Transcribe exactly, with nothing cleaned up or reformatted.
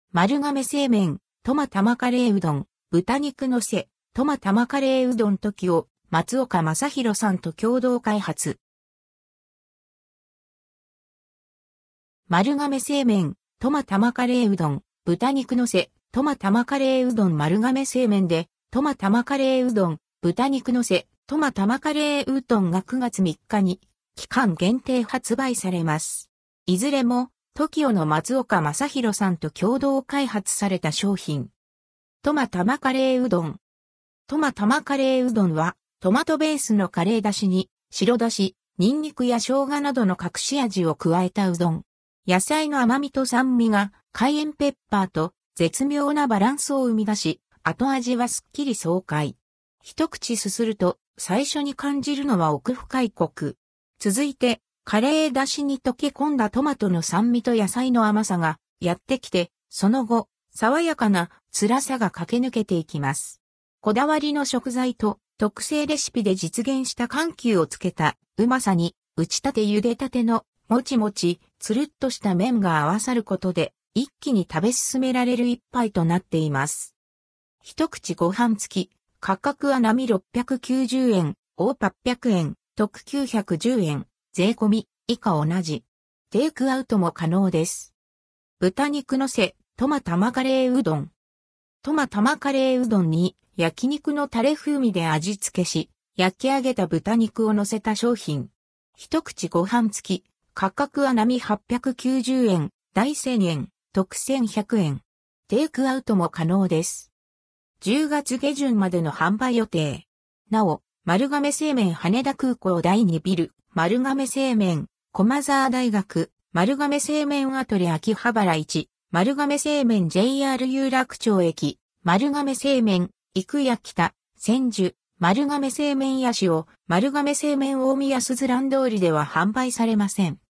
丸亀製麺、トマ玉カレーうどん、豚肉のせ、トマ玉カレーうどん時を、松岡正弘さんと共同開発。丸亀製麺、トマ玉カレーうどん、豚肉のせ、トマ玉カレーうどん丸亀製麺で、トマ玉カレーうどん、豚肉のせ、トマ玉カレーうどんがくがつみっかに、期間限定発売されます。いずれも、トキオの松岡正弘さんと共同開発された商品。トマ玉カレーうどん。トマ玉カレーうどんは、トマトベースのカレーだしに、白だし、ニンニクや生姜などの隠し味を加えたうどん。野菜の甘みと酸味が、カイエンペッパーと絶妙なバランスを生み出し、後味はすっきり爽快。一口すすると、最初に感じるのは奥深いコク。続いて、カレーだしに溶け込んだトマトの酸味と野菜の甘さがやってきて、その後、爽やかな辛さが駆け抜けていきます。こだわりの食材と特製レシピで実現した緩急をつけたうまさに、打ちたて茹でたてのもちもち、つるっとした麺が合わさることで、一気に食べ進められる一杯となっています。一口ご飯付き、価格は並ろっぴゃくきゅうじゅうえん、大はっぴゃくえん、特きゅうひゃくじゅうえん。税込み、以下同じ。テイクアウトも可能です。豚肉のせ、トマ玉カレーうどん。トマ玉カレーうどんに焼肉のタレ風味で味付けし、焼き上げた豚肉を乗せた商品。一口ご飯付き、価格は並はっぴゃくきゅうじゅうえん、大せんえん、特せんひゃくえん。テイクアウトも可能です。じゅうがつげじゅんまでの販売予定。なお、丸亀製麺羽田空港だいにビル。丸亀製麺、駒沢大学、丸亀製麺アトリ秋葉原いち、丸亀製麺 ジェイアール 有楽町駅、丸亀製麺、生谷北、千住、丸亀製麺八潮、丸亀製麺大宮すずらん通りでは販売されません。